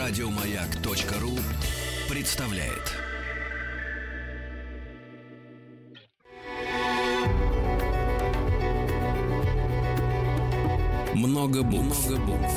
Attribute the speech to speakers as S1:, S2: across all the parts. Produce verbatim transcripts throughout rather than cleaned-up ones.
S1: Радиомаяк.ру представляет. Много букв. Много букв.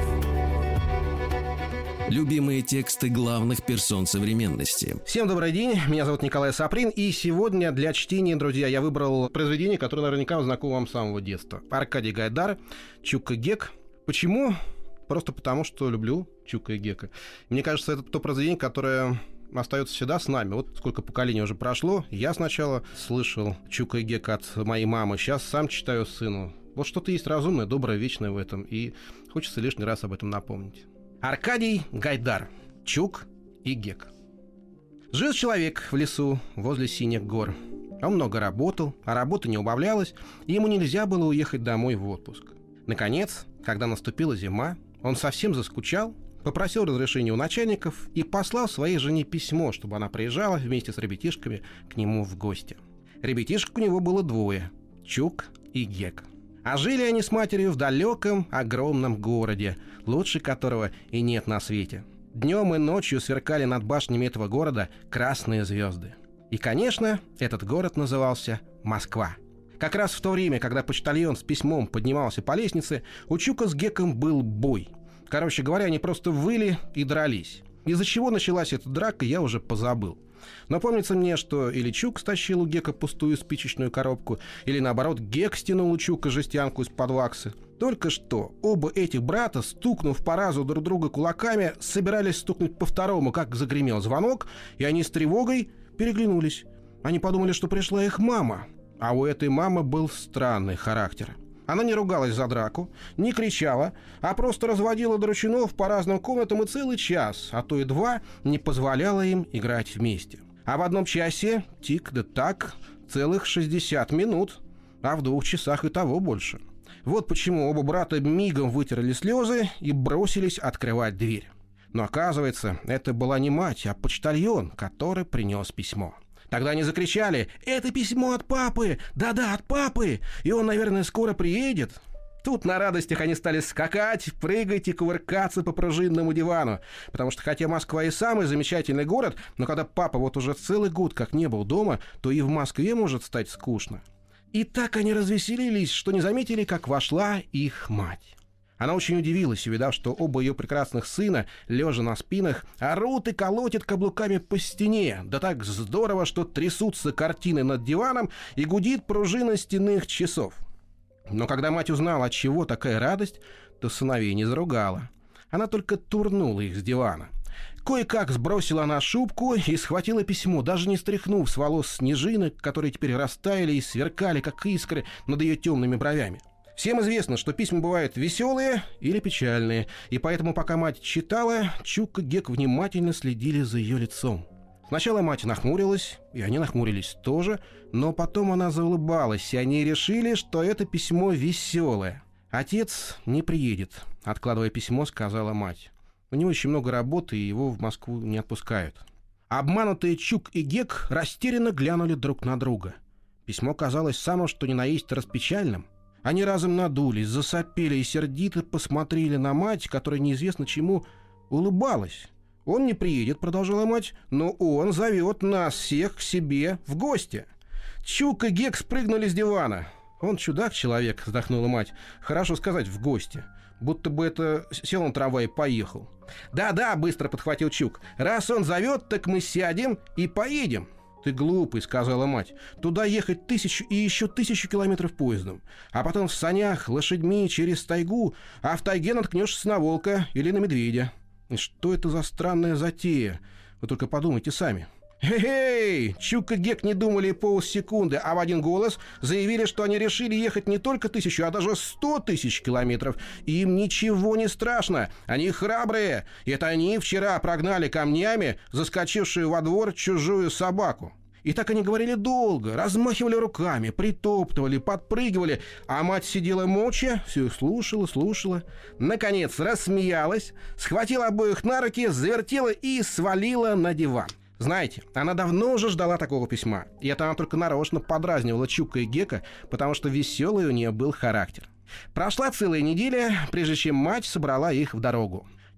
S1: Любимые тексты главных персон современности.
S2: Всем добрый день, меня зовут Николай Саприн, и сегодня для чтения, друзья, я выбрал произведение, которое наверняка знакомо вам с самого детства. Аркадий Гайдар, Чук и Гек. Почему? Просто потому, что люблю Чука и Гека. Мне кажется, это то произведение, которое остается всегда с нами. Вот сколько поколений уже прошло. Я сначала слышал Чука и Гека от моей мамы, сейчас сам читаю сыну. Вот что-то есть разумное, доброе, вечное в этом, и хочется лишний раз об этом напомнить. Аркадий Гайдар, Чук и Гек. Жил человек в лесу возле синих гор. Он много работал, а работа не убавлялась, и ему нельзя было уехать домой в отпуск. Наконец, когда наступила зима, он совсем заскучал, попросил разрешения у начальников и послал своей жене письмо, чтобы она приезжала вместе с ребятишками к нему в гости. Ребятишек у него было двое – Чук и Гек. А жили они с матерью в далеком, огромном городе, лучше которого и нет на свете. Днем и ночью сверкали над башнями этого города красные звезды. И, конечно, этот город назывался Москва. Как раз в то время, когда почтальон с письмом поднимался по лестнице, у Чука с Геком был бой. Короче говоря, они просто выли и дрались. Из-за чего началась эта драка, я уже позабыл. Но помнится мне, что или Чук стащил у Гека пустую спичечную коробку, или наоборот, Гек стянул у Чука жестянку из-под ваксы. Только что оба этих брата, стукнув по разу друг друга кулаками, собирались стукнуть по второму, как загремел звонок, и они с тревогой переглянулись. Они подумали, что пришла их мама. А у этой мамы был странный характер. Она не ругалась за драку, не кричала, а просто разводила дручунов по разным комнатам и целый час, а то и два, не позволяла им играть вместе. А в одном часе, тик да так, целых шестьдесят минут, а в двух часах и того больше. Вот почему оба брата мигом вытерли слезы и бросились открывать дверь. Но оказывается, это была не мать, а почтальон, который принес письмо. Тогда они закричали: «Это письмо от папы! Да-да, от папы! И он, наверное, скоро приедет!» Тут на радостях они стали скакать, прыгать и кувыркаться по пружинному дивану. Потому что хотя Москва и самый замечательный город, но когда папа вот уже целый год как не был дома, то и в Москве может стать скучно. И так они развеселились, что не заметили, как вошла их мать. Она очень удивилась, увидав, что оба ее прекрасных сына, лежа на спинах, орут и колотят каблуками по стене. Да так здорово, что трясутся картины над диваном и гудит пружина стенных часов. Но когда мать узнала, от чего такая радость, то сыновей не заругала. Она только турнула их с дивана. Кое-как сбросила она шубку и схватила письмо, даже не стряхнув с волос снежинок, которые теперь растаяли и сверкали, как искры, над ее темными бровями. Всем известно, что письма бывают веселые или печальные, и поэтому, пока мать читала, Чук и Гек внимательно следили за ее лицом. Сначала мать нахмурилась, и они нахмурились тоже, но потом она заулыбалась, и они решили, что это письмо веселое. «Отец не приедет», — откладывая письмо, сказала мать. «У него очень много работы, и его в Москву не отпускают». Обманутые Чук и Гек растерянно глянули друг на друга. Письмо казалось самым что ни на есть распечальным. Они разом надулись, засопели и сердито посмотрели на мать, которая неизвестно чему улыбалась. «Он не приедет», — продолжала мать, — «но он зовет нас всех к себе в гости». Чук и Гек спрыгнули с дивана. «Он чудак-человек», — вздохнула мать. «Хорошо сказать, в гости. Будто бы это сел на трамвай и поехал». «Да-да», — быстро подхватил Чук. «Раз он зовет, так мы сядем и поедем». «Ты глупый», — сказала мать. «Туда ехать тысячу и еще тысячу километров поездом, а потом в санях, лошадьми через тайгу, а в тайге наткнешься на волка или на медведя. И что это за странная затея? Вы только подумайте сами». «Хе-хей!» Чук и Гек не думали полсекунды, а в один голос заявили, что они решили ехать не только тысячу, а даже сто тысяч километров. Им ничего не страшно, они храбрые. И это они вчера прогнали камнями заскочившую во двор чужую собаку. И так они говорили долго, размахивали руками, притоптывали, подпрыгивали, а мать сидела молча, все их слушала, слушала. Наконец рассмеялась, схватила обоих на руки, завертела и свалила на диван. Знаете, она давно уже ждала такого письма, и это она только нарочно подразнивала Чука и Гека, потому что веселый у нее был характер. Прошла целая неделя, прежде чем мать собрала их в дорогу.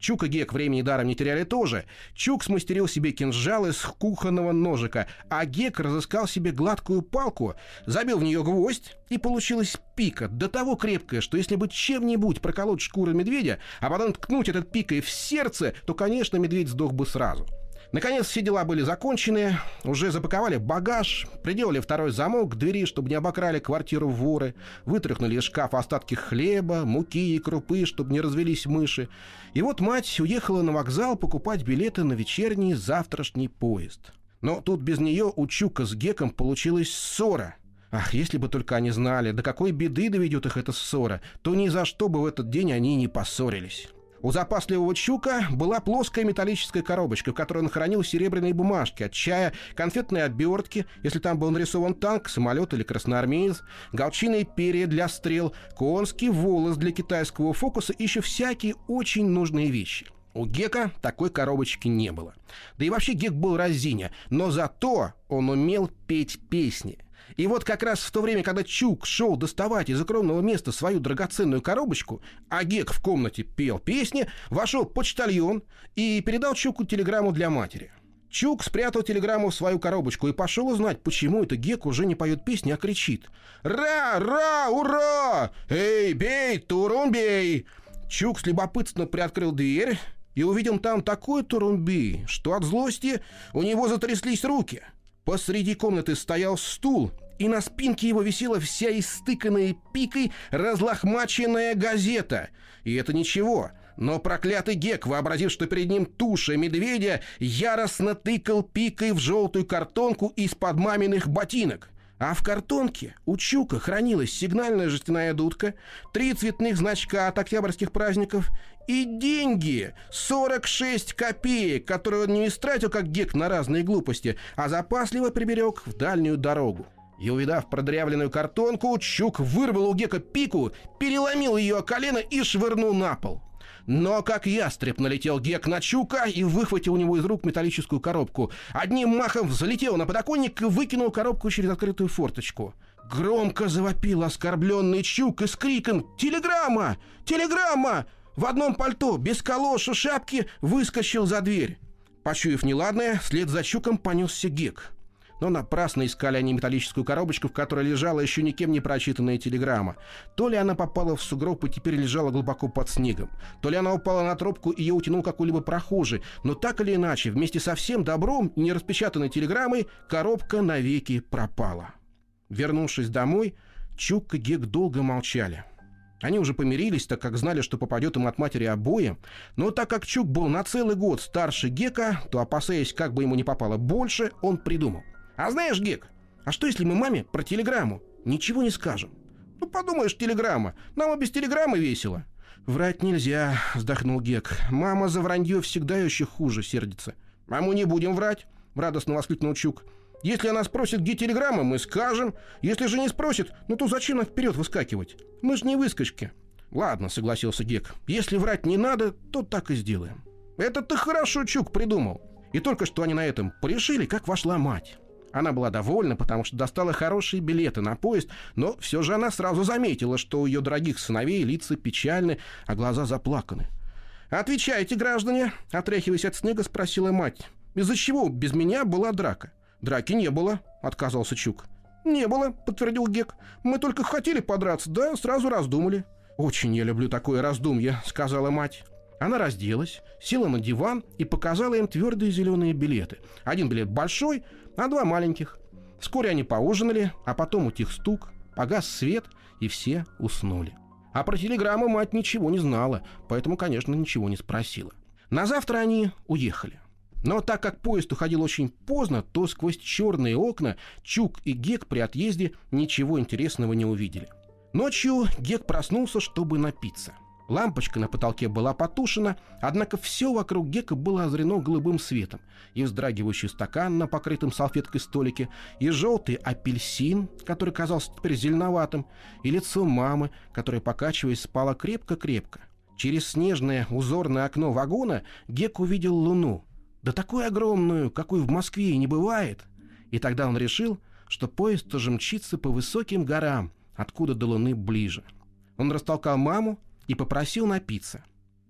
S2: Чук и Гек времени даром не теряли тоже. Чук смастерил себе кинжал из кухонного ножика, а Гек разыскал себе гладкую палку, забил в нее гвоздь, и получилась пика, до того крепкая, что если бы чем-нибудь проколоть шкуру медведя, а потом ткнуть этот пикой в сердце, то, конечно, медведь сдох бы сразу. Наконец, все дела были закончены, уже запаковали багаж, приделали второй замок к двери, чтобы не обокрали квартиру воры, вытряхнули из шкафа остатки хлеба, муки и крупы, чтобы не развелись мыши. И вот мать уехала на вокзал покупать билеты на вечерний завтрашний поезд. Но тут без нее у Чука с Геком получилась ссора. Ах, если бы только они знали, до какой беды доведет их эта ссора, то ни за что бы в этот день они не поссорились. У запасливого Чука была плоская металлическая коробочка, в которой он хранил серебряные бумажки от чая, конфетные обертки, если там был нарисован танк, самолет или красноармеец, галчиные перья для стрел, конский волос для китайского фокуса и еще всякие очень нужные вещи. У Гека такой коробочки не было. Да и вообще Гек был разиня, но зато он умел петь песни. И вот как раз в то время, когда Чук шел доставать из укромного места свою драгоценную коробочку, а Гек в комнате пел песни, вошел почтальон и передал Чуку телеграмму для матери. Чук спрятал телеграмму в свою коробочку и пошел узнать, почему это Гек уже не поет песни, а кричит: «Ра! Ра! Ура! Эй, бей! Турумбей!» Чук с любопытством приоткрыл дверь и увидел там такой турумби, что от злости у него затряслись руки. Посреди комнаты стоял стул, и на спинке его висела вся истыканная пикой разлохмаченная газета. И это ничего, но проклятый Гек, вообразив, что перед ним туша медведя, яростно тыкал пикой в желтую картонку из-под маминых ботинок. А в картонке у Чука хранилась сигнальная жестяная дудка, три цветных значка от октябрьских праздников и деньги сорок шесть копеек, которые он не истратил, как Гек, на разные глупости, а запасливо приберег в дальнюю дорогу. И, увидав продырявленную картонку, Чук вырвал у Гека пику, переломил ее о колено и швырнул на пол. Но как ястреб налетел Гек на Чука и выхватил у него из рук металлическую коробку. Одним махом взлетел на подоконник и выкинул коробку через открытую форточку. Громко завопил оскорбленный Чук и с криком «Телеграмма! Телеграмма!» в одном пальто, без калош и шапки, выскочил за дверь. Почуяв неладное, вслед за Чуком понесся Гек. Но напрасно искали они металлическую коробочку, в которой лежала еще никем не прочитанная телеграмма. То ли она попала в сугроб и теперь лежала глубоко под снегом, то ли она упала на тропку и ее утянул какой-либо прохожий. Но так или иначе, вместе со всем добром и нераспечатанной телеграммой коробка навеки пропала. Вернувшись домой, Чук и Гек долго молчали. Они уже помирились, так как знали, что попадет им от матери обоим. Но так как Чук был на целый год старше Гека, то, опасаясь, как бы ему не попало больше, он придумал: «А знаешь, Гек, а что если мы маме про телеграмму ничего не скажем?» «Ну, подумаешь, телеграмма. Нам и без телеграммы весело». «Врать нельзя», — вздохнул Гек. «Мама за вранье всегда еще хуже сердится». «А мы не будем врать», — радостно воскликнул Чук. «Если она спросит, где телеграмма, мы скажем. Если же не спросит, ну то зачем нам вперед выскакивать? Мы же не выскочки». «Ладно», — согласился Гек. «Если врать не надо, то так и сделаем». «Это ты хорошо, Чук, придумал». И только что они на этом порешили, как вошла мать. Она была довольна, потому что достала хорошие билеты на поезд, но все же она сразу заметила, что у ее дорогих сыновей лица печальны, а глаза заплаканы. «Отвечайте, граждане», — отряхиваясь от снега, спросила мать. «Из-за чего без меня была драка?» «Драки не было», — отказался Чук. «Не было», — подтвердил Гек. «Мы только хотели подраться, да сразу раздумали». «Очень я люблю такое раздумье», — сказала мать. Она разделась, села на диван и показала им твердые зеленые билеты. Один билет большой, а два маленьких. Вскоре они поужинали, а потом утих стук, погас свет, и все уснули. А про телеграмму мать ничего не знала, поэтому, конечно, ничего не спросила. На завтра они уехали. Но так как поезд уходил очень поздно, то сквозь черные окна Чук и Гек при отъезде ничего интересного не увидели. Ночью Гек проснулся, чтобы напиться. Лампочка на потолке была потушена, однако все вокруг Гека было озарено голубым светом. И вздрагивающий стакан на покрытом салфеткой столике, и желтый апельсин, который казался теперь зеленоватым, и лицо мамы, которая, покачиваясь, спала крепко-крепко. Через снежное узорное окно вагона Гек увидел луну, да такую огромную, какой в Москве и не бывает. И тогда он решил, что поезд тоже мчится по высоким горам, откуда до луны ближе. Он растолкал маму и попросил напиться.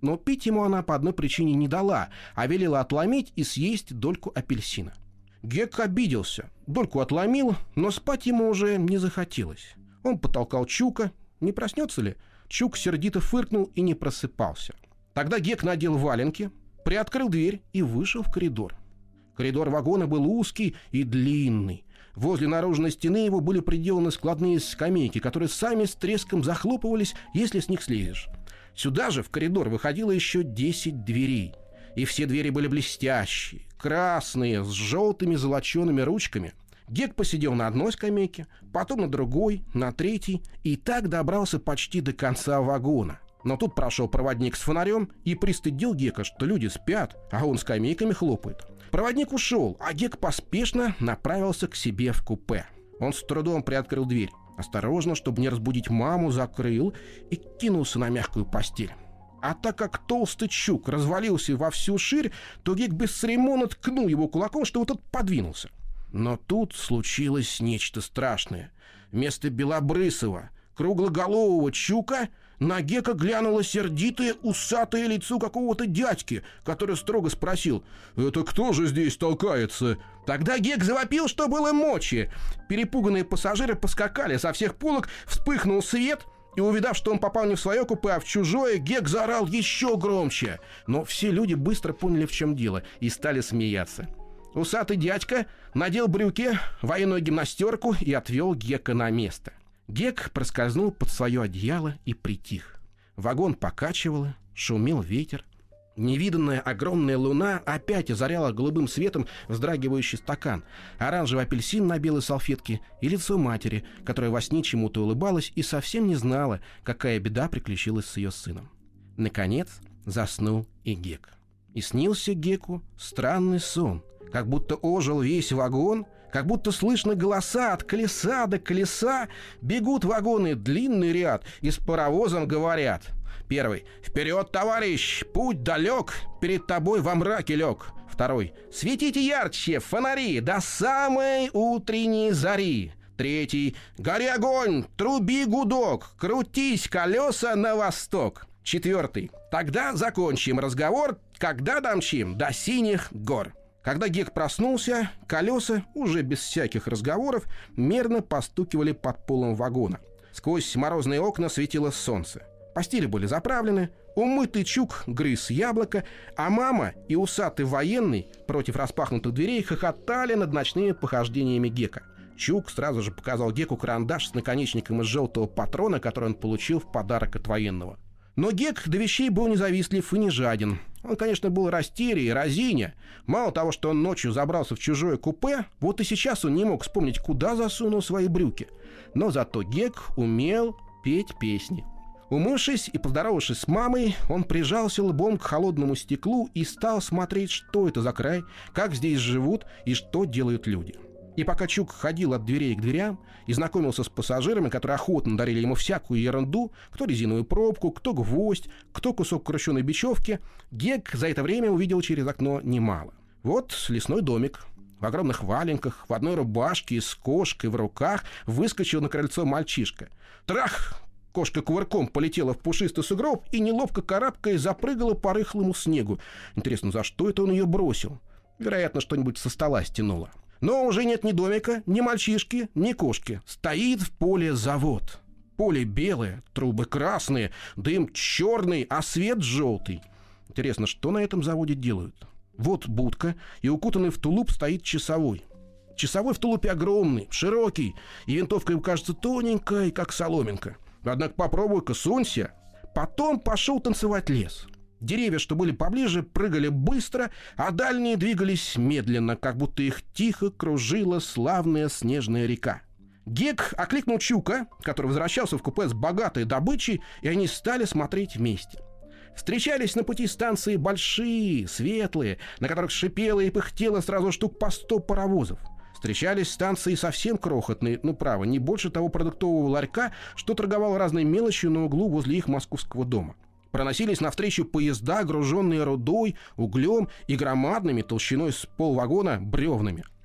S2: Но пить ему она по одной причине не дала, а велела отломить и съесть дольку апельсина. Гек обиделся, дольку отломил, но спать ему уже не захотелось. Он потолкал Чука, не проснется ли? Чук сердито фыркнул и не просыпался. Тогда Гек надел валенки, приоткрыл дверь и вышел в коридор. Коридор вагона был узкий и длинный. Возле наружной стены его были приделаны складные скамейки, которые сами с треском захлопывались, если с них слезешь. Сюда же в коридор выходило еще десять дверей. И все двери были блестящие, красные, с желтыми золочеными ручками. Гек посидел на одной скамейке, потом на другой, на третьей, и так добрался почти до конца вагона. Но тут прошел проводник с фонарем и пристыдил Гека, что люди спят, а он скамейками хлопает. Проводник ушел, а Гек поспешно направился к себе в купе. Он с трудом приоткрыл дверь. Осторожно, чтобы не разбудить маму, закрыл и кинулся на мягкую постель. А так как толстый Чук развалился во всю ширь, то Гек без церемонно ткнул его кулаком, чтобы тот подвинулся. Но тут случилось нечто страшное. Вместо белобрысого, круглоголового Чука на Гека глянуло сердитое усатое лицо какого-то дядьки, который строго спросил: «Это кто же здесь толкается?» Тогда Гек завопил, что было мочи. Перепуганные пассажиры поскакали со всех полок, вспыхнул свет, и, увидав, что он попал не в свое купе, а в чужое, Гек заорал еще громче. Но все люди быстро поняли, в чем дело, и стали смеяться. Усатый дядька надел брюки, военную гимнастерку и отвел Гека на место. Гек проскользнул под свое одеяло и притих. Вагон покачивало, шумел ветер. Невиданная огромная луна опять озаряла голубым светом вздрагивающий стакан, оранжевый апельсин на белой салфетке и лицо матери, которая во сне чему-то улыбалась и совсем не знала, какая беда приключилась с ее сыном. Наконец заснул и Гек. И снился Геку странный сон, как будто ожил весь вагон, как будто слышно голоса от колеса до колеса, бегут вагоны длинный ряд и с паровозом говорят. Первый: «Вперед, товарищ! Путь далек, перед тобой во мраке лег». Второй: «Светите ярче, фонари, до самой утренней зари». Третий: «Гори огонь, труби гудок, крутись колеса на восток». Четвертый: «Тогда закончим разговор, когда домчим до синих гор». Когда Гек проснулся, колеса, уже без всяких разговоров, мерно постукивали под полом вагона. Сквозь морозные окна светило солнце. Постели были заправлены, умытый Чук грыз яблоко, а мама и усатый военный против распахнутых дверей хохотали над ночными похождениями Гека. Чук сразу же показал Геку карандаш с наконечником из желтого патрона, который он получил в подарок от военного. Но Гек до вещей был независтлив и не жаден. Он, конечно, был растерян и разиня. Мало того, что он ночью забрался в чужое купе, вот и сейчас он не мог вспомнить, куда засунул свои брюки. Но зато Гек умел петь песни. Умывшись и поздоровавшись с мамой, он прижался лбом к холодному стеклу и стал смотреть, что это за край, как здесь живут и что делают люди. И пока Чук ходил от дверей к дверям и знакомился с пассажирами, которые охотно дарили ему всякую ерунду, кто резиновую пробку, кто гвоздь, кто кусок крученой бечевки, Гек за это время увидел через окно немало. Вот лесной домик. В огромных валенках, в одной рубашке и с кошкой в руках выскочил на крыльцо мальчишка. Трах! Кошка кувырком полетела в пушистый сугроб и, неловко карабкаясь, запрыгала по рыхлому снегу. Интересно, за что это он ее бросил? Вероятно, что-нибудь со стола стянуло. Но уже нет ни домика, ни мальчишки, ни кошки. Стоит в поле завод. Поле белое, трубы красные, дым черный, а свет желтый. Интересно, что на этом заводе делают? Вот будка, и укутанный в тулуп стоит часовой. Часовой в тулупе огромный, широкий, и винтовка ему кажется тоненькой, как соломинка. Однако попробуй-ка, сунься. Потом пошел танцевать лес. Деревья, что были поближе, прыгали быстро, а дальние двигались медленно, как будто их тихо кружила славная снежная река. Гек окликнул Чука, который возвращался в купе с богатой добычей, и они стали смотреть вместе. Встречались на пути станции большие, светлые, на которых шипело и пыхтело сразу штук по сто паровозов. Встречались станции совсем крохотные, ну право, не больше того продуктового ларька, что торговал разной мелочью на углу возле их московского дома. Проносились навстречу поезда, груженные рудой, углем и громадными толщиной с полвагона бревнами.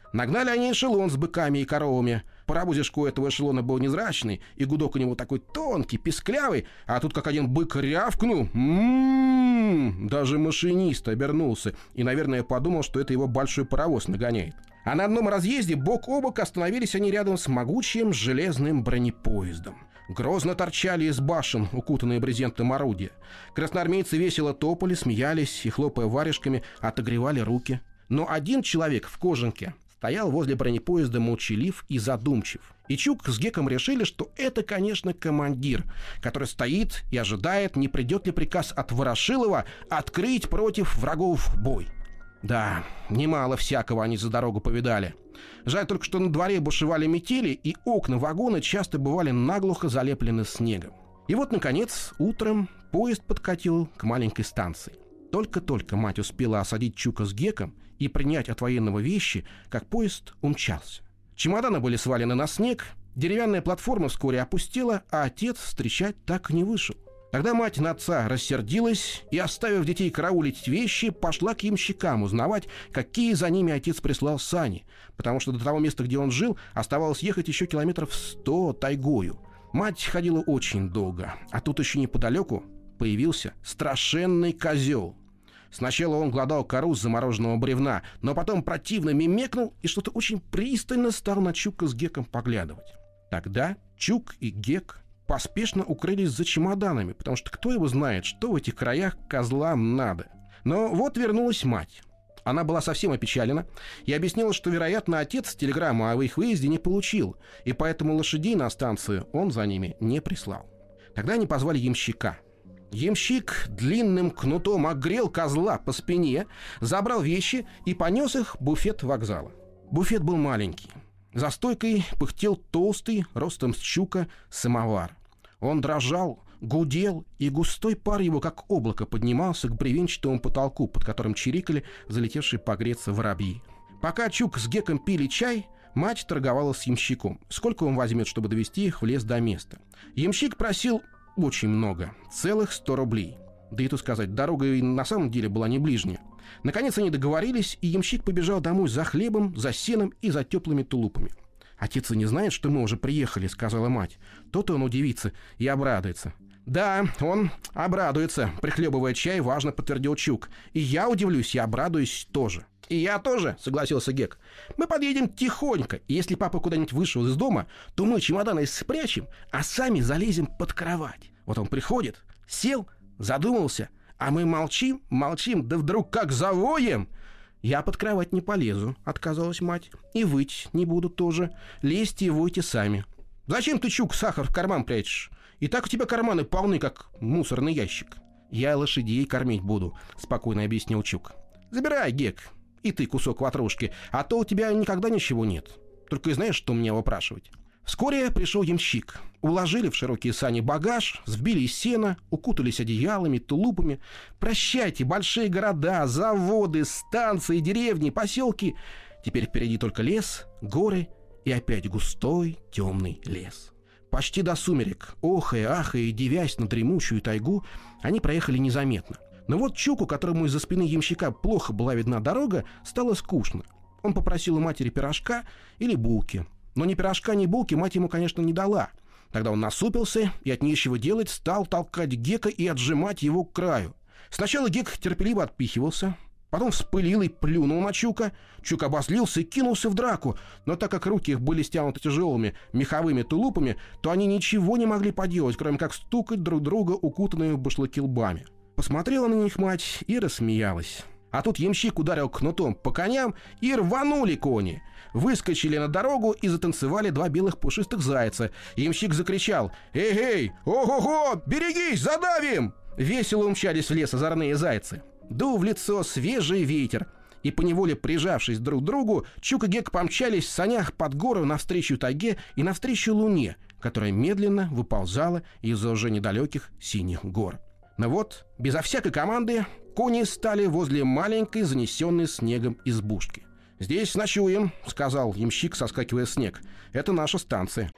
S2: Нагнали они эшелон с быками и коровами. Паровозишка у этого эшелона был незрачный, и гудок у него такой тонкий, писклявый, а тут как один бык рявкнул. М-м-м! Даже машинист обернулся и, наверное, подумал, что это его большой паровоз нагоняет. А на одном разъезде бок о бок остановились они рядом с могучим железным бронепоездом. Грозно торчали из башен укутанные брезентом орудия. Красноармейцы весело топали, смеялись и, хлопая варежками, отогревали руки. Но один человек в кожанке стоял возле бронепоезда молчалив и задумчив. И Чук с Геком решили, что это, конечно, командир, который стоит и ожидает, не придет ли приказ от Ворошилова открыть против врагов бой. Да, немало всякого они за дорогу повидали. Жаль только, что на дворе бушевали метели, и окна вагона часто бывали наглухо залеплены снегом. И вот, наконец, утром поезд подкатил к маленькой станции. Только-только мать успела осадить Чука с Геком и принять от военного вещи, как поезд умчался. Чемоданы были свалены на снег, деревянная платформа вскоре опустела, а отец встречать так и не вышел. Тогда мать на отца рассердилась и, оставив детей караулить вещи, пошла к ямщикам узнавать, какие за ними отец прислал сани, потому что до того места, где он жил, оставалось ехать еще километров сто тайгою. Мать ходила очень долго, а тут еще неподалеку появился страшенный козел. Сначала он глодал кору с замороженного бревна, но потом противно мемекнул и что-то очень пристально стал на Чука с Геком поглядывать. Тогда Чук и Гек поспешно укрылись за чемоданами, потому что кто его знает, что в этих краях козлам надо. Но вот вернулась мать. Она была совсем опечалена и объяснила, что, вероятно, отец телеграмму о их выезде не получил, и поэтому лошадей на станцию он за ними не прислал. Тогда они позвали ямщика. Ямщик длинным кнутом огрел козла по спине, забрал вещи и понес их в буфет вокзала. Буфет был маленький. За стойкой пыхтел толстый, ростом с Чука, самовар. Он дрожал, гудел, и густой пар его, как облако, поднимался к бревенчатому потолку, под которым чирикали залетевшие погреться воробьи. Пока Чук с Геком пили чай, мать торговала с ямщиком. Сколько он возьмет, чтобы довести их в лес до места? Ямщик просил очень много, целых сто рублей. Да и то сказать, дорога и на самом деле была не ближняя. Наконец они договорились, и ямщик побежал домой за хлебом, за сеном и за теплыми тулупами. «Отец и не знает, что мы уже приехали», — сказала мать. То-то он удивится и обрадуется. «Да, он обрадуется», — прихлебывая чай, важно подтвердил Чук. «И я удивлюсь и обрадуюсь тоже». «И я тоже», — согласился Гек. «Мы подъедем тихонько, и если папа куда-нибудь вышел из дома, то мы чемоданы спрячем, а сами залезем под кровать. Вот он приходит, сел, задумался, а мы молчим, молчим, да вдруг как завоем». «Я под кровать не полезу», — отказалась мать. «И выть не буду тоже. Лезьте и войте сами». «Зачем ты, Чук, сахар в карман прячешь? И так у тебя карманы полны, как мусорный ящик». «Я лошадей кормить буду», — спокойно объяснил Чук. «Забирай, Гек, и ты кусок ватрушки, а то у тебя никогда ничего нет. Только и знаешь, что мне выпрашивать». Вскоре пришел ямщик. Уложили в широкие сани багаж, взбили из сена, укутались одеялами, тулупами. Прощайте, большие города, заводы, станции, деревни, поселки. Теперь впереди только лес, горы и опять густой темный лес. Почти до сумерек, охая, ахая и девясь на дремучую тайгу, они проехали незаметно. Но вот Чуку, которому из-за спины ямщика плохо была видна дорога, стало скучно. Он попросил у матери пирожка или булки. Но ни пирожка, ни булки мать ему, конечно, не дала. Тогда он насупился и от нечего делать стал толкать Гека и отжимать его к краю. Сначала Гек терпеливо отпихивался, потом вспылил и плюнул на Чука. Чук обозлился и кинулся в драку, но так как руки их были стянуты тяжелыми меховыми тулупами, то они ничего не могли поделать, кроме как стукать друг друга укутанными в башлыки лбами. Посмотрела на них мать и рассмеялась. А тут ямщик ударил кнутом по коням, и рванули кони. Выскочили на дорогу и затанцевали два белых пушистых зайца. Ямщик закричал: «Эй-эй! Ого-го! Берегись! Задавим!» Весело умчались в лес озорные зайцы. Дул в лицо свежий ветер, и поневоле прижавшись друг к другу, Чук и Гек помчались в санях под гору навстречу тайге и навстречу луне, которая медленно выползала из-за уже недалеких синих гор. Но вот, безо всякой команды, кони стали возле маленькой, занесенной снегом избушки. «Здесь ночуем», — сказал ямщик, соскакивая в снег. «Это наша станция».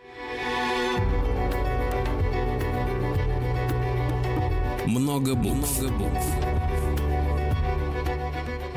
S1: Много букв. Много букв.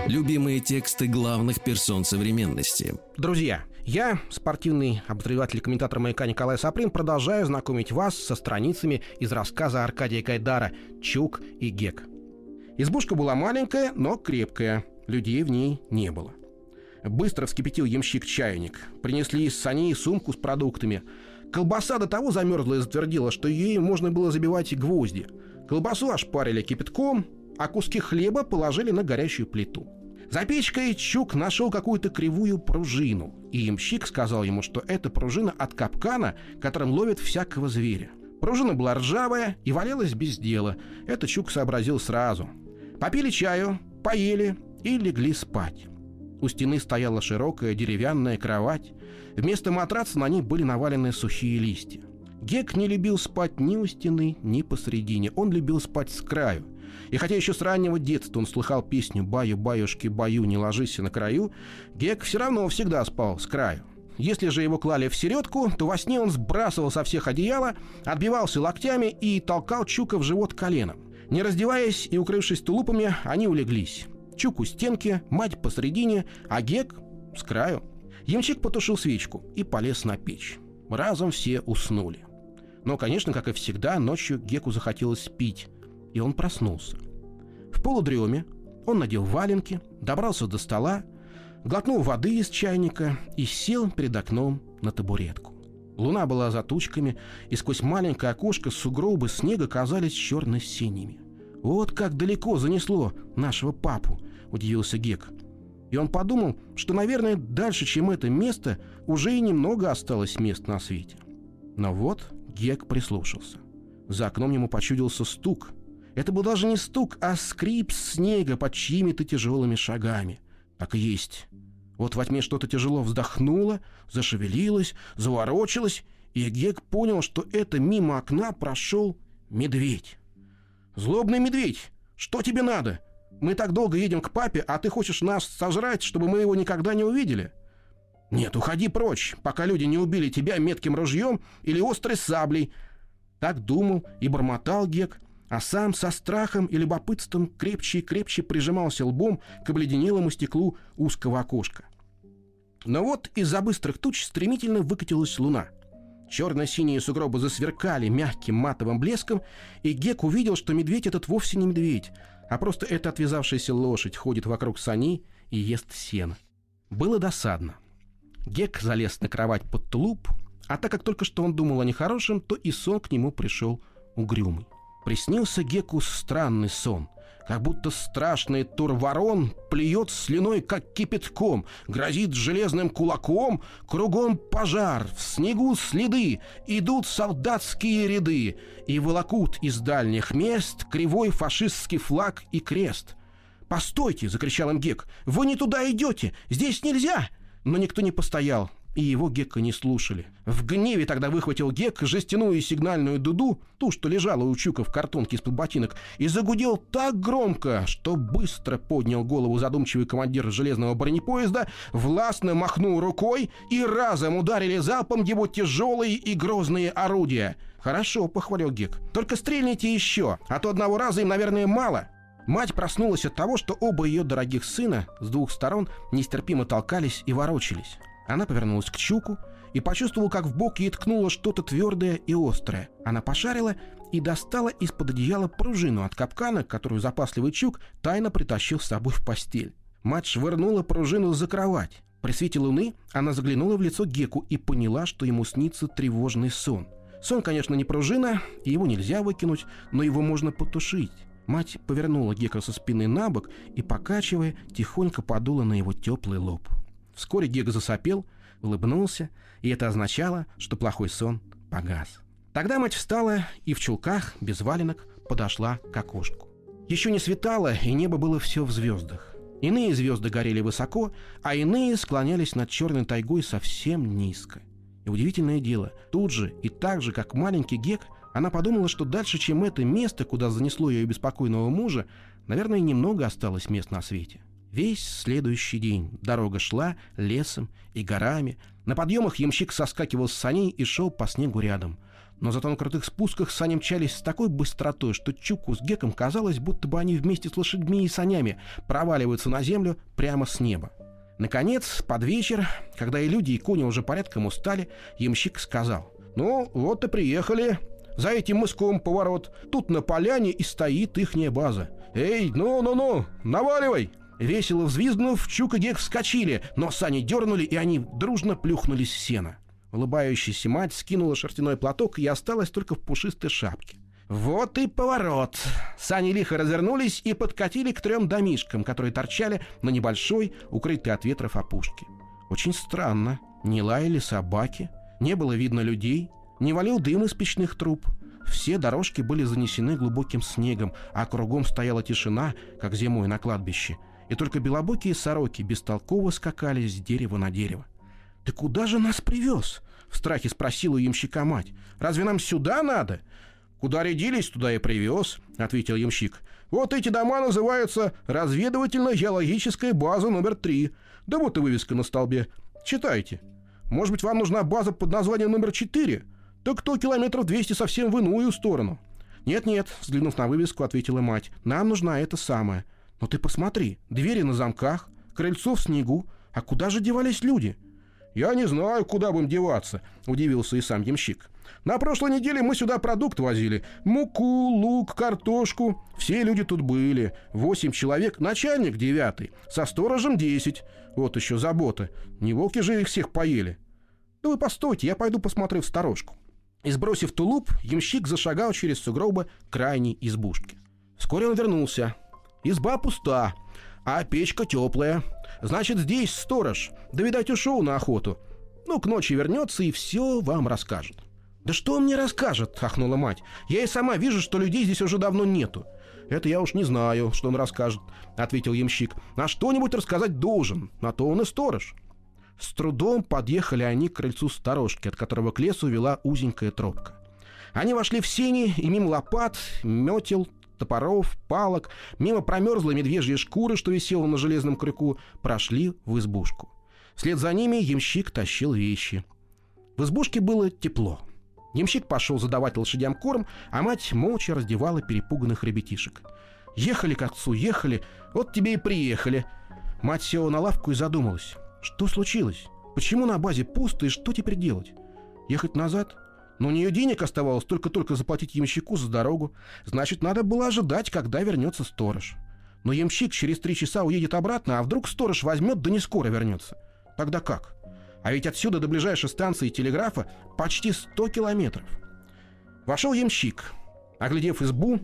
S1: Любимые тексты главных персон современности.
S2: Друзья, я, спортивный обозреватель и комментатор «Маяка» Николай Саприн, продолжаю знакомить вас со страницами из рассказа Аркадия Гайдара «Чук и Гек». Избушка была маленькая, но крепкая. Людей в ней не было. Быстро вскипятил ямщик чайник. Принесли из саней сумку с продуктами. Колбаса до того замерзла и затвердила, что ей можно было забивать гвозди. Колбасу ошпарили кипятком, а куски хлеба положили на горящую плиту. За печкой Чук нашел какую-то кривую пружину, и ямщик сказал ему, что это пружина от капкана, которым ловят всякого зверя. Пружина была ржавая и валялась без дела. Это Чук сообразил сразу. Попили чаю, поели и легли спать. У стены стояла широкая деревянная кровать. Вместо матраца на ней были навалены сухие листья. Гек не любил спать ни у стены, ни посредине. Он любил спать с краю. И хотя еще с раннего детства он слыхал песню «Баю-баюшки, баю, не ложись на краю», Гек все равно всегда спал с краю. Если же его клали в середку, то во сне он сбрасывал со всех одеяла, отбивался локтями и толкал Чука в живот коленом. Не раздеваясь и укрывшись тулупами, они улеглись. Чук у стенки, мать посредине, а Гек с краю. Ямщик потушил свечку и полез на печь. Разом все уснули. Но, конечно, как и всегда, ночью Геку захотелось пить, и он проснулся. В полудреме он надел валенки, добрался до стола, глотнул воды из чайника и сел перед окном на табуретку. Луна была за тучками, и сквозь маленькое окошко сугробы снега казались черно-синими. «Вот как далеко занесло нашего папу», — удивился Гек. И он подумал, что, наверное, дальше, чем это место, уже и немного осталось мест на свете. Но вот Гек прислушался. За окном ему почудился стук. Это был даже не стук, а скрип снега под чьими-то тяжелыми шагами. Так и есть. Вот во тьме что-то тяжело вздохнуло, зашевелилось, заворочилось, и Гек понял, что это мимо окна прошел медведь. «Злобный медведь, что тебе надо? Мы так долго едем к папе, а ты хочешь нас сожрать, чтобы мы его никогда не увидели? Нет, уходи прочь, пока люди не убили тебя метким ружьем или острой саблей». Так думал и бормотал Гек, а сам со страхом и любопытством крепче и крепче прижимался лбом к обледенелому стеклу узкого окошка. Но вот из-за быстрых туч стремительно выкатилась луна. Черно-синие сугробы засверкали мягким матовым блеском, и Гек увидел, что медведь этот вовсе не медведь, а просто эта отвязавшаяся лошадь ходит вокруг саней и ест сено. Было досадно. Гек залез на кровать под тулуп, а так как только что он думал о нехорошем, то и сон к нему пришел угрюмый. Приснился Геку странный сон, как будто страшный Тур-ворон плюет слюной, как кипятком, грозит железным кулаком, кругом пожар, в снегу следы, идут солдатские ряды и волокут из дальних мест кривой фашистский флаг и крест. «Постойте!» — закричал им Гек. «Вы не туда идете! Здесь нельзя!» Но никто не постоял, и его Гека не слушали. В гневе тогда выхватил Гек жестяную сигнальную дуду, ту, что лежала у Чука в картонке из-под ботинок, и загудел так громко, что быстро поднял голову задумчивый командир железного бронепоезда, властно махнул рукой, и разом ударили залпом его тяжелые и грозные орудия. «Хорошо», — похвалил Гек, — «только стрельните еще, а то одного раза им, наверное, мало». Мать проснулась от того, что оба ее дорогих сына с двух сторон нестерпимо толкались и ворочались. Она повернулась к Чуку и почувствовала, как в бок ей ткнуло что-то твердое и острое. Она пошарила и достала из-под одеяла пружину от капкана, которую запасливый Чук тайно притащил с собой в постель. Мать швырнула пружину за кровать. При свете луны она заглянула в лицо Геку и поняла, что ему снится тревожный сон. Сон, конечно, не пружина, и его нельзя выкинуть, но его можно потушить. Мать повернула Гека со спины на бок и, покачивая, тихонько подула на его теплый лоб. Вскоре Гек засопел, улыбнулся, и это означало, что плохой сон погас. Тогда мать встала и в чулках, без валенок, подошла к окошку. Еще не светало, и небо было все в звездах. Иные звезды горели высоко, а иные склонялись над черной тайгой совсем низко. И удивительное дело, тут же и так же, как маленький Гек, она подумала, что дальше, чем это место, куда занесло ее беспокойного мужа, наверное, немного осталось мест на свете. Весь следующий день дорога шла лесом и горами. На подъемах ямщик соскакивал с саней и шел по снегу рядом. Но зато на крутых спусках сани мчались с такой быстротой, что Чуку с Геком казалось, будто бы они вместе с лошадьми и санями проваливаются на землю прямо с неба. Наконец, под вечер, когда и люди, и кони уже порядком устали, ямщик сказал: «Ну, вот и приехали. За этим мыском поворот. Тут на поляне и стоит ихняя база. Эй, ну-ну-ну, наваливай!» Весело взвизгнув, Чук и Гек вскочили, но сани дернули, и они дружно плюхнулись в сено. Улыбающаяся мать скинула шерстяной платок и осталась только в пушистой шапке. Вот и поворот. Сани лихо развернулись и подкатили к трем домишкам, которые торчали на небольшой, укрытой от ветров опушке. Очень странно. Не лаяли собаки, не было видно людей, не валил дым из печных труб. Все дорожки были занесены глубоким снегом, а кругом стояла тишина, как зимой на кладбище. И только белобокие сороки бестолково скакали с дерева на дерево. «Ты куда же нас привез?» — в страхе спросила у ямщика мать. «Разве нам сюда надо?» «Куда рядились, туда и привез», — ответил ямщик. «Вот эти дома называются разведывательно-геологическая база номер три. Да вот и вывеска на столбе. Читайте. Может быть, вам нужна база под названием номер четыре? Так то километров двести совсем в иную сторону». «Нет-нет», — взглянув на вывеску, ответила мать. «Нам нужна эта самая. Но ты посмотри, двери на замках, крыльцо в снегу. А куда же девались люди?» «Я не знаю, куда бы им деваться», — удивился и сам ямщик. «На прошлой неделе мы сюда продукт возили. Муку, лук, картошку. Все люди тут были. Восемь человек, начальник девятый, со сторожем десять. Вот еще забота. Не волки же их всех поели. Да вы постойте, я пойду посмотрю в сторожку». И, сбросив тулуп, ямщик зашагал через сугробы к крайней избушке. Вскоре он вернулся. Изба пуста, а печка теплая. Значит, здесь сторож. Да, видать, ушел на охоту. Ну, к ночи вернется и все вам расскажет. «Да что он мне расскажет?» — ахнула мать. «Я и сама вижу, что людей здесь уже давно нету». «Это я уж не знаю, что он расскажет», — ответил ямщик. «А что-нибудь рассказать должен, на то он и сторож». С трудом подъехали они к крыльцу сторожки, от которого к лесу вела узенькая тропка. Они вошли в сени, и мимо лопат, метел, топоров, палок, мимо промерзлой медвежьей шкуры, что висела на железном крюку, прошли в избушку. Вслед за ними ямщик тащил вещи. В избушке было тепло. Ямщик пошел задавать лошадям корм, а мать молча раздевала перепуганных ребятишек. Ехали к отцу, ехали, вот тебе и приехали. Мать села на лавку и задумалась. Что случилось? Почему на базе пусто и что теперь делать? Ехать назад? Но у нее денег оставалось только-только заплатить ямщику за дорогу. Значит, надо было ожидать, когда вернется сторож. Но ямщик через три часа уедет обратно, а вдруг сторож возьмет, да не скоро вернется. Тогда как? А ведь отсюда до ближайшей станции телеграфа почти сто километров. Вошел ямщик. Оглядев избу,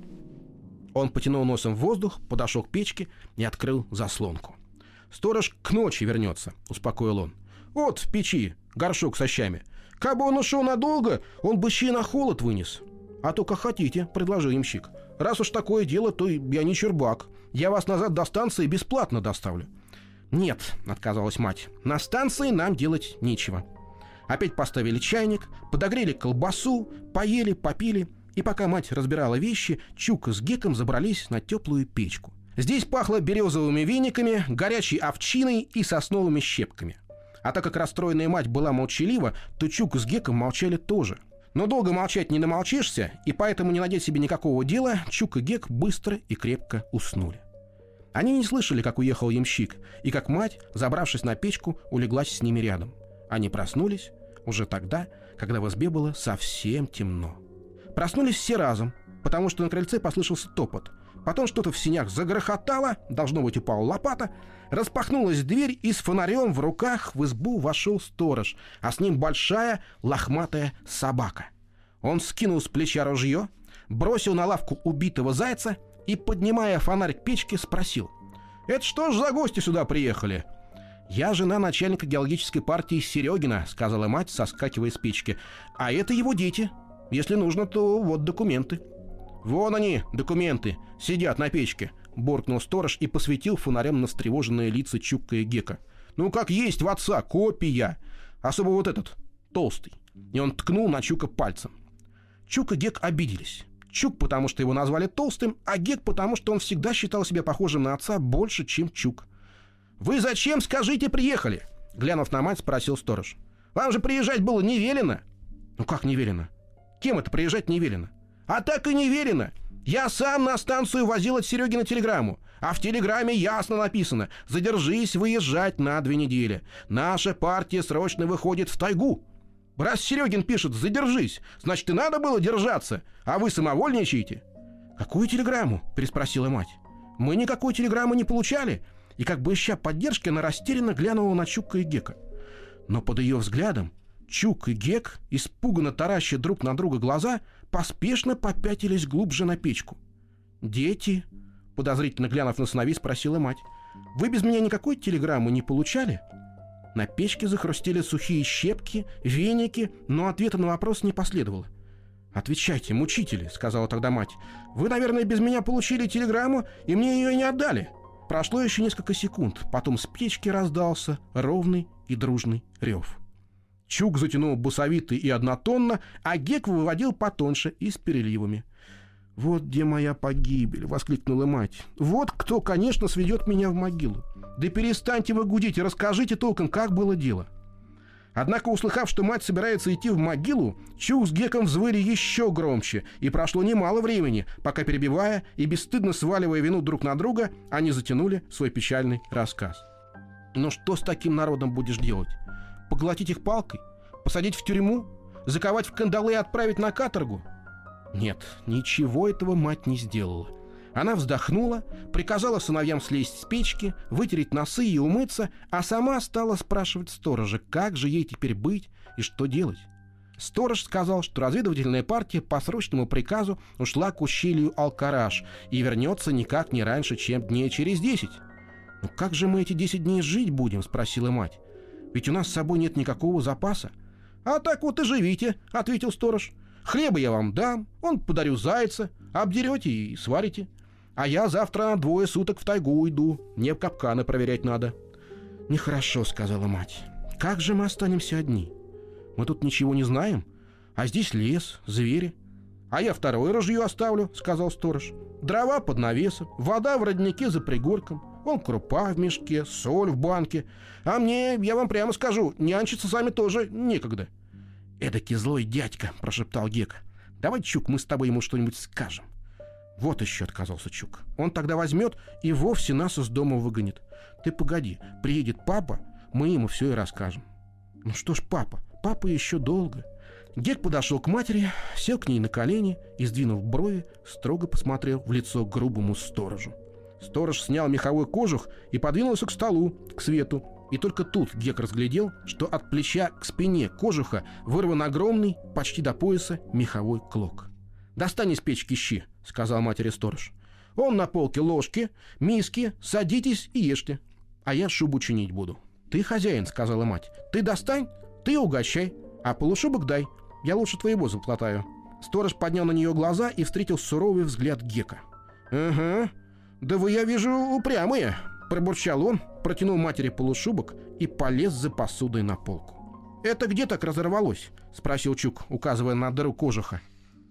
S2: он потянул носом в воздух, подошел к печке и открыл заслонку. «Сторож к ночи вернется», — успокоил он. «Вот в печи горшок со щами. Кабы он ушел надолго, он бы щи на холод вынес». «А то как хотите», — предложил ямщик. «Раз уж такое дело, то я не чурбак. Я вас назад до станции бесплатно доставлю». «Нет», — отказалась мать, — «на станции нам делать нечего». Опять поставили чайник, подогрели колбасу, поели, попили, и пока мать разбирала вещи, Чук с Геком забрались на теплую печку. Здесь пахло березовыми вениками, горячей овчиной и сосновыми щепками. А так как расстроенная мать была молчалива, то Чук с Геком молчали тоже. Но долго молчать не намолчишься, и поэтому, не найдя себе никакого дела, Чук и Гек быстро и крепко уснули. Они не слышали, как уехал ямщик, и как мать, забравшись на печку, улеглась с ними рядом. Они проснулись уже тогда, когда в избе было совсем темно. Проснулись все разом, потому что на крыльце послышался топот. Потом что-то в сенях загрохотало, должно быть, упала лопата, распахнулась дверь, и с фонарем в руках в избу вошел сторож, а с ним большая лохматая собака. Он скинул с плеча ружье, бросил на лавку убитого зайца и, поднимая фонарь к печке, спросил: «Это что ж за гости сюда приехали?» «Я жена начальника геологической партии Серегина», — сказала мать, соскакивая с печки. «А это его дети. Если нужно, то вот документы». «Вон они, документы, сидят на печке», — буркнул сторож и посветил фонарем на встревоженные лица Чука и Гека. «Ну, как есть в отца, копия. Особо вот этот, толстый». И он ткнул на Чука пальцем. Чук и Гек обиделись. Чук, потому что его назвали толстым, а Гек, потому что он всегда считал себя похожим на отца больше, чем Чук. «Вы зачем, скажите, приехали?» — глянув на мать, спросил сторож. «Вам же приезжать было не велено». «Ну как не велено? Кем это приезжать не велено? А так и не велено. Я сам на станцию возил от Серегина телеграмму. А в телеграмме ясно написано: задержись выезжать на две недели. Наша партия срочно выходит в тайгу. Раз Серегин пишет «задержись», значит, и надо было держаться, а вы самовольничаете. «Какую телеграмму?» – переспросила мать. «Мы никакой телеграммы не получали». И как бы ища поддержки, она растерянно глянула на Чука и Гека. Но под ее взглядом Чук и Гек, испуганно тараща друг на друга глаза, поспешно попятились глубже на печку. «Дети», — подозрительно глянув на сыновей, спросила мать, «вы без меня никакой телеграммы не получали?» На печке захрустели сухие щепки, веники, но ответа на вопрос не последовало. «Отвечайте, мучители», — сказала тогда мать. «Вы, наверное, без меня получили телеграмму, и мне ее не отдали». Прошло еще несколько секунд, потом с печки раздался ровный и дружный рев. Чук затянул басовито и однотонно, а Гек выводил потоньше и с переливами. «Вот где моя погибель!» — воскликнула мать. «Вот кто, конечно, сведет меня в могилу! Да перестаньте вы гудеть и расскажите толком, как было дело!» Однако, услыхав, что мать собирается идти в могилу, Чук с Геком взвыли еще громче, и прошло немало времени, пока, перебивая и бесстыдно сваливая вину друг на друга, они затянули свой печальный рассказ. «Но что с таким народом будешь делать? Поглотить их палкой? Посадить в тюрьму? Заковать в кандалы и отправить на каторгу?» Нет, ничего этого мать не сделала. Она вздохнула, приказала сыновьям слезть с печки, вытереть носы и умыться, а сама стала спрашивать сторожа, как же ей теперь быть и что делать. Сторож сказал, что разведывательная партия по срочному приказу ушла к ущелью Алкараш и вернется никак не раньше, чем дней через десять. «Ну как же мы эти десять дней жить будем?» — спросила мать. «Ведь у нас с собой нет никакого запаса». «А так вот и живите», — ответил сторож. «Хлеба я вам дам, он подарю зайца, обдерете и сварите. А я завтра на двое суток в тайгу уйду, мне капканы проверять надо». «Нехорошо», — сказала мать. «Как же мы останемся одни? Мы тут ничего не знаем, а здесь лес, звери». «А я второе ружье оставлю», — сказал сторож. «Дрова под навесом, вода в роднике за пригорком, вон крупа в мешке, соль в банке. А мне, я вам прямо скажу, нянчиться сами тоже некогда». «Эдакий злой дядька», — прошептал Гек. «Давай, Чук, мы с тобой ему что-нибудь скажем». «Вот еще», — отказался Чук. «Он тогда возьмет и вовсе нас из дома выгонит. Ты погоди, приедет папа, мы ему все и расскажем». «Ну что ж, папа, папа еще долго». Гек подошел к матери, сел к ней на колени и, сдвинув брови, строго посмотрел в лицо грубому сторожу. Сторож снял меховой кожух и подвинулся к столу, к свету. И только тут Гек разглядел, что от плеча к спине кожуха вырван огромный, почти до пояса, меховой клок. «Достань из печки щи», — сказал матери сторож. «Он на полке ложки, миски, садитесь и ешьте. А я шубу чинить буду». «Ты хозяин», — сказала мать. «Ты достань, ты угощай, а полушубок дай. Я лучше твоего заплатаю». Сторож поднял на нее глаза и встретил суровый взгляд Гека. «Ага, да вы, я вижу, упрямые», — пробурчал он, протянул матери полушубок и полез за посудой на полку. «Это где так разорвалось?» — спросил Чук, указывая на дыру кожуха.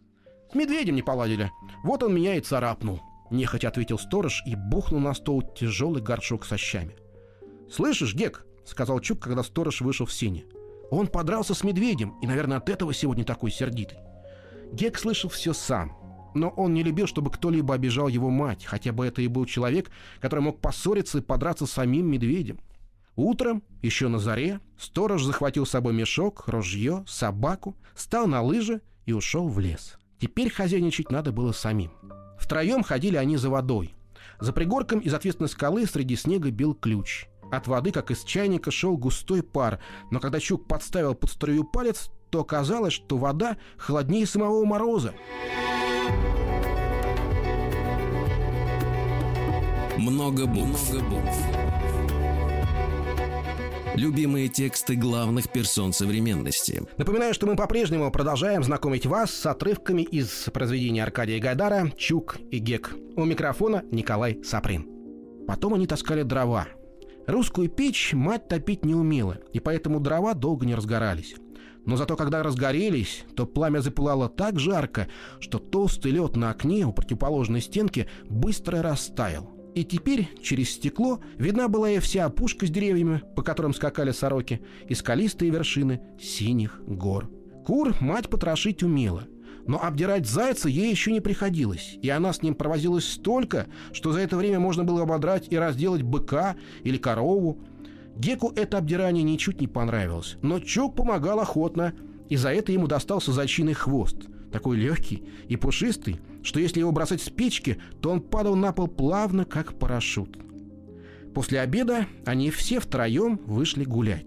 S2: «С медведем не поладили. Вот он меня и царапнул», — нехотя ответил сторож и бухнул на стол тяжелый горшок со щами. «Слышишь, Гек?» — сказал Чук, когда сторож вышел в сени. «Он подрался с медведем и, наверное, от этого сегодня такой сердитый». Гек слышал все сам, но он не любил, чтобы кто-либо обижал его мать, хотя бы это и был человек, который мог поссориться и подраться с самим медведем. Утром, еще на заре, сторож захватил с собой мешок, ружье, собаку, встал на лыжи и ушел в лес. Теперь хозяйничать надо было самим. Втроем ходили они за водой. За пригорком из ответственной скалы среди снега бил ключ. От воды, как из чайника, шел густой пар, но когда Чук подставил под струю палец, то оказалось, что вода холоднее самого мороза.
S1: Много букв. Много букв. Любимые тексты главных персон современности.
S2: Напоминаю, что мы по-прежнему продолжаем знакомить вас с отрывками из произведения Аркадия Гайдара «Чук и Гек». У микрофона Николай Саприн. Потом они таскали дрова. Русскую печь мать топить не умела, и поэтому дрова долго не разгорались. Но зато когда разгорелись, то пламя запылало так жарко, что толстый лед на окне у противоположной стенки быстро растаял. И теперь через стекло видна была и вся опушка с деревьями, по которым скакали сороки, и скалистые вершины синих гор. Кур мать потрошить умела. Но обдирать зайца ей еще не приходилось, и она с ним провозилась столько, что за это время можно было ободрать и разделать быка или корову. Геку это обдирание ничуть не понравилось, но Чук помогал охотно, и за это ему достался зайчиный хвост, такой легкий и пушистый, что если его бросать с печки, то он падал на пол плавно, как парашют. После обеда они все втроем вышли гулять.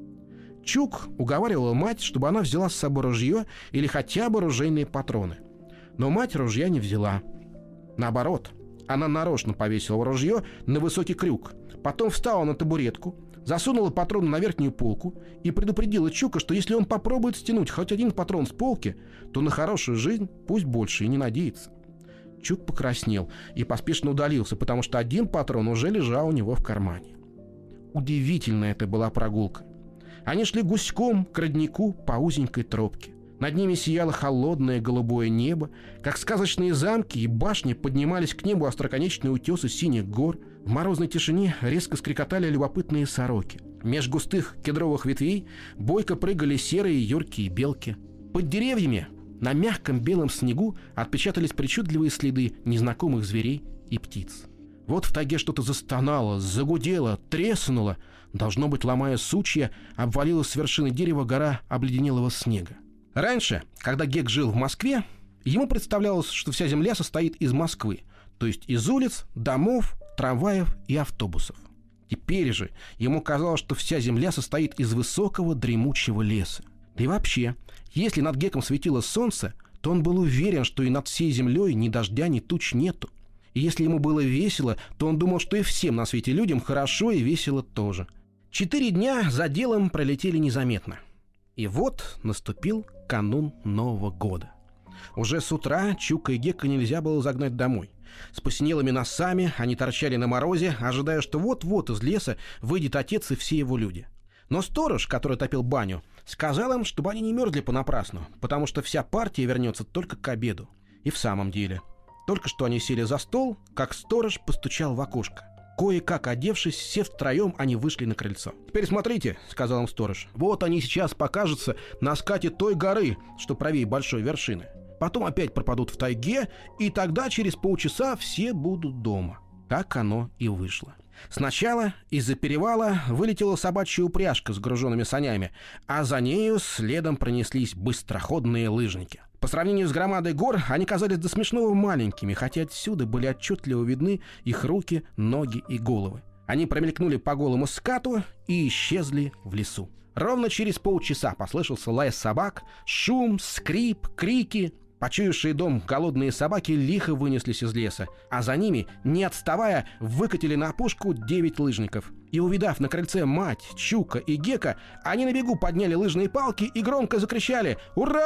S2: Чук уговаривала мать, чтобы она взяла с собой ружье или хотя бы ружейные патроны. Но мать ружья не взяла. Наоборот, она нарочно повесила ружье на высокий крюк, потом встала на табуретку, засунула патроны на верхнюю полку и предупредила Чука, что если он попробует стянуть хоть один патрон с полки, то на хорошую жизнь пусть больше и не надеется. Чук покраснел и поспешно удалился, потому что один патрон уже лежал у него в кармане. Удивительная это была прогулка. Они шли гуськом к роднику по узенькой тропке. Над ними сияло холодное голубое небо, как сказочные замки и башни поднимались к небу остроконечные утесы синих гор. В морозной тишине резко скрикотали любопытные сороки. Меж густых кедровых ветвей бойко прыгали серые юркие белки. Под деревьями на мягком белом снегу отпечатались причудливые следы незнакомых зверей и птиц. Вот в тайге что-то застонало, загудело, треснуло. Должно быть, ломая сучья, обвалилась с вершины дерева гора обледенелого снега. Раньше, когда Гек жил в Москве, ему представлялось, что вся земля состоит из Москвы, то есть из улиц, домов, трамваев и автобусов. Теперь же ему казалось, что вся земля состоит из высокого дремучего леса. Да и вообще, если над Геком светило солнце, то он был уверен, что и над всей землей ни дождя, ни туч нету. И если ему было весело, то он думал, что и всем на свете людям хорошо и весело тоже. Четыре дня за делом пролетели незаметно. И вот наступил канун Нового года. Уже с утра Чука и Гека нельзя было загнать домой. С посинелыми носами они торчали на морозе, ожидая, что вот-вот из леса выйдет отец и все его люди. Но сторож, который топил баню, сказал им, чтобы они не мерзли понапрасну, потому что вся партия вернется только к обеду. И в самом деле, только что они сели за стол, как сторож постучал в окошко. Кое-как одевшись, все втроем они вышли на крыльцо. «Теперь смотрите», — сказал им сторож, — «вот они сейчас покажутся на скате той горы, что правее большой вершины. Потом опять пропадут в тайге, и тогда через полчаса все будут дома». Так оно и вышло. Сначала из-за перевала вылетела собачья упряжка с груженными санями, а за нею следом пронеслись быстроходные лыжники. По сравнению с громадой гор они казались до смешного маленькими, хотя отсюда были отчетливо видны их руки, ноги и головы. Они промелькнули по голому скату и исчезли в лесу. Ровно через полчаса послышался лай собак, шум, скрип, крики. Почуявшие дом голодные собаки лихо вынеслись из леса, а за ними, не отставая, выкатили на опушку девять лыжников. И, увидав на крыльце мать, Чука и Гека, они на бегу подняли лыжные палки и громко закричали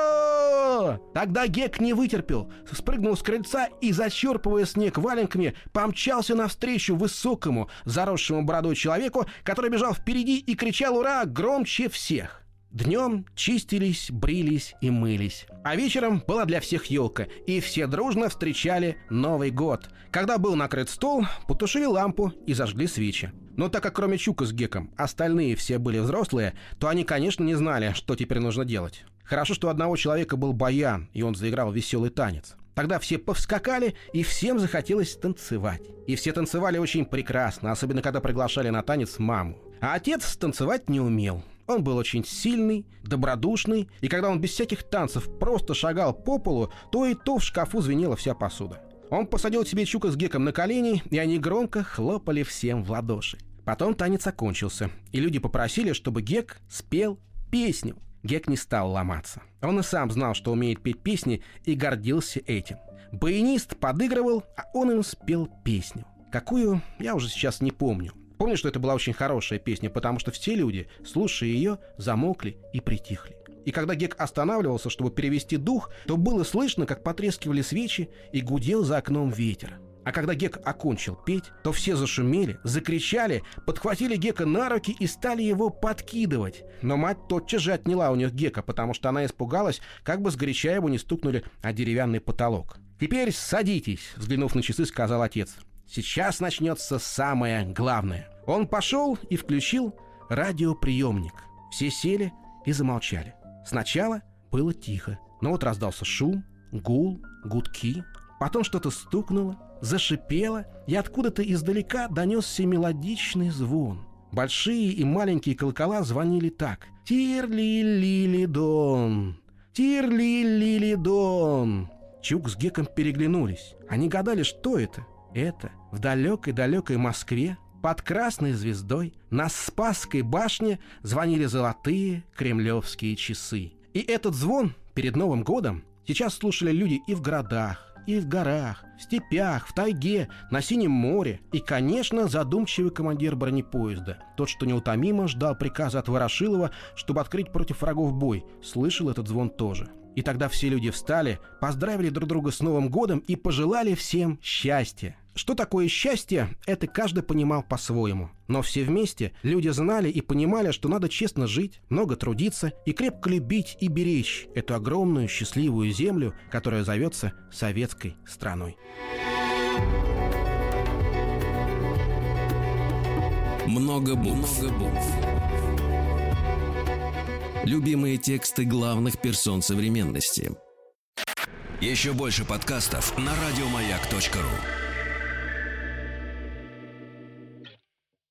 S2: «Ура!». Тогда Гек не вытерпел, спрыгнул с крыльца и, зачерпывая снег валенками, помчался навстречу высокому, заросшему бородой человеку, который бежал впереди и кричал «Ура!» громче всех. Днем чистились, брились и мылись. А вечером была для всех елка, и все дружно встречали Новый год. Когда был накрыт стол, потушили лампу и зажгли свечи. Но так как кроме Чука с Геком остальные все были взрослые, то они, конечно, не знали, что теперь нужно делать. Хорошо, что у одного человека был баян, и он заиграл веселый танец. Тогда все повскакали, и всем захотелось танцевать. И все танцевали очень прекрасно, особенно когда приглашали на танец маму. А отец танцевать не умел. Он был очень сильный, добродушный, и когда он без всяких танцев просто шагал по полу, то и то в шкафу звенела вся посуда. Он посадил себе Чука с Геком на колени, и они громко хлопали всем в ладоши. Потом танец окончился, и люди попросили, чтобы Гек спел песню. Гек не стал ломаться. Он и сам знал, что умеет петь песни, и гордился этим. Баянист подыгрывал, а он им спел песню. Какую, я уже сейчас не помню. Помню, что это была очень хорошая песня, потому что все люди, слушая ее, замолкли и притихли. И когда Гек останавливался, чтобы перевести дух, то было слышно, как потрескивали свечи и гудел за окном ветер. А когда Гек окончил петь, то все зашумели, закричали, подхватили Гека на руки и стали его подкидывать. Но мать тотчас же отняла у них Гека, потому что она испугалась, как бы сгоряча его не стукнули о деревянный потолок. «Теперь садитесь», — взглянув на часы, сказал отец. «Сейчас начнется самое главное». Он пошел и включил радиоприемник. Все сели и замолчали. Сначала было тихо. Но вот раздался шум, гул, гудки. Потом что-то стукнуло, зашипело, и откуда-то издалека донесся мелодичный звон. Большие и маленькие колокола звонили так: «Тир-ли-ли-ли-дон! Тир-ли-ли-ли-дон!» Чук с Геком переглянулись. Они гадали, что это. Это в далекой-далекой Москве под красной звездой на Спасской башне звонили золотые кремлевские часы. И этот звон перед Новым годом сейчас слушали люди и в городах, и в горах, в степях, в тайге, на Синем море. И, конечно, задумчивый командир бронепоезда, тот, что неутомимо ждал приказа от Ворошилова, чтобы открыть против врагов бой, слышал этот звон тоже. И тогда все люди встали, поздравили друг друга с Новым годом и пожелали всем счастья. Что такое счастье, это каждый понимал по-своему. Но все вместе люди знали и понимали, что надо честно жить, много трудиться и крепко любить и беречь эту огромную счастливую землю, которая зовется советской страной.
S1: Много букв. Много букв. Любимые тексты главных персон современности. Еще больше подкастов на радиомаяк точка ру.